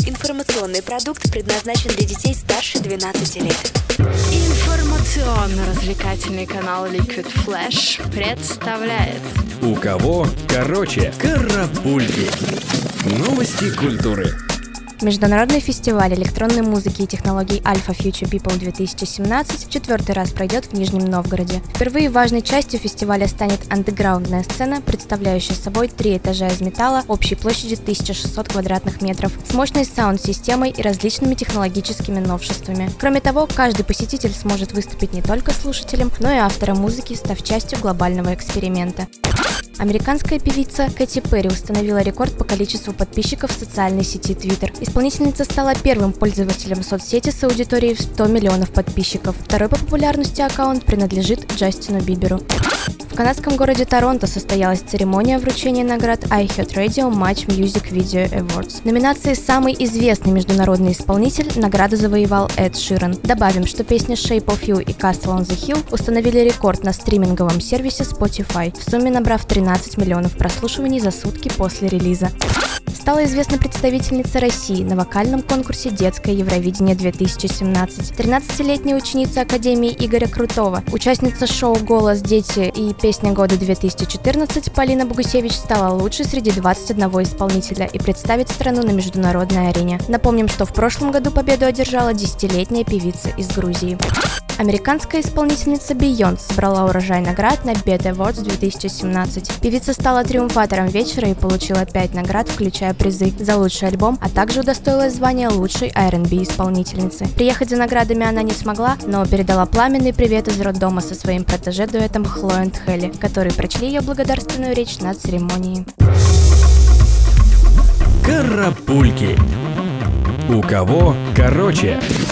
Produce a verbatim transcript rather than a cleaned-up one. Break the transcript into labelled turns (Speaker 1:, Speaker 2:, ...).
Speaker 1: Информационный продукт предназначен для детей старше двенадцати лет.
Speaker 2: Информационно-развлекательный канал Liquid Flash представляет
Speaker 3: «У кого короче?» Карапульки. Новости культуры.
Speaker 4: Международный фестиваль электронной музыки и технологий Alpha Future People две тысячи семнадцать в четвертый раз пройдет в Нижнем Новгороде. Впервые важной частью фестиваля станет андеграундная сцена, представляющая собой три этажа из металла общей площадью тысяча шестьсот квадратных метров, с мощной саунд-системой и различными технологическими новшествами. Кроме того, каждый посетитель сможет выступить не только слушателем, но и автором музыки, став частью глобального эксперимента. Американская певица Кэти Перри установила рекорд по количеству подписчиков в социальной сети Twitter. Исполнительница стала первым пользователем соцсети с аудиторией в сто миллионов подписчиков. Второй по популярности аккаунт принадлежит Джастину Биберу. В канадском городе Торонто состоялась церемония вручения наград iHeartRadio Match Music Video Awards. В номинации «Самый известный международный исполнитель» награду завоевал Эд Ширан. Добавим, что песни Shape of You и Castle on the Hill установили рекорд на стриминговом сервисе Spotify, в сумме набрав тринадцать миллионов прослушиваний за сутки после релиза. Стала известна представительница России на вокальном конкурсе «Детское Евровидение-две тысячи семнадцать». тринадцатилетняя ученица Академии Игоря Крутого, участница шоу «Голос, дети» и «Песня года-две тысячи четырнадцать» Полина Богусевич стала лучшей среди двадцати одного исполнителя и представит страну на международной арене. Напомним, что в прошлом году победу одержала десятилетняя певица из Грузии. Американская исполнительница Бейонс собрала урожай наград на би и ти Awards две тысячи семнадцать. Певица стала триумфатором вечера и получила пять наград, включая призы за лучший альбом, а также удостоилась звания лучшей ар энд би исполнительницы. Приехать за наградами она не смогла, но передала пламенный привет из роддома со своим протеже-дуэтом Хлои и Хелли, которые прочли ее благодарственную речь на церемонии.
Speaker 3: Карапульки. У кого короче?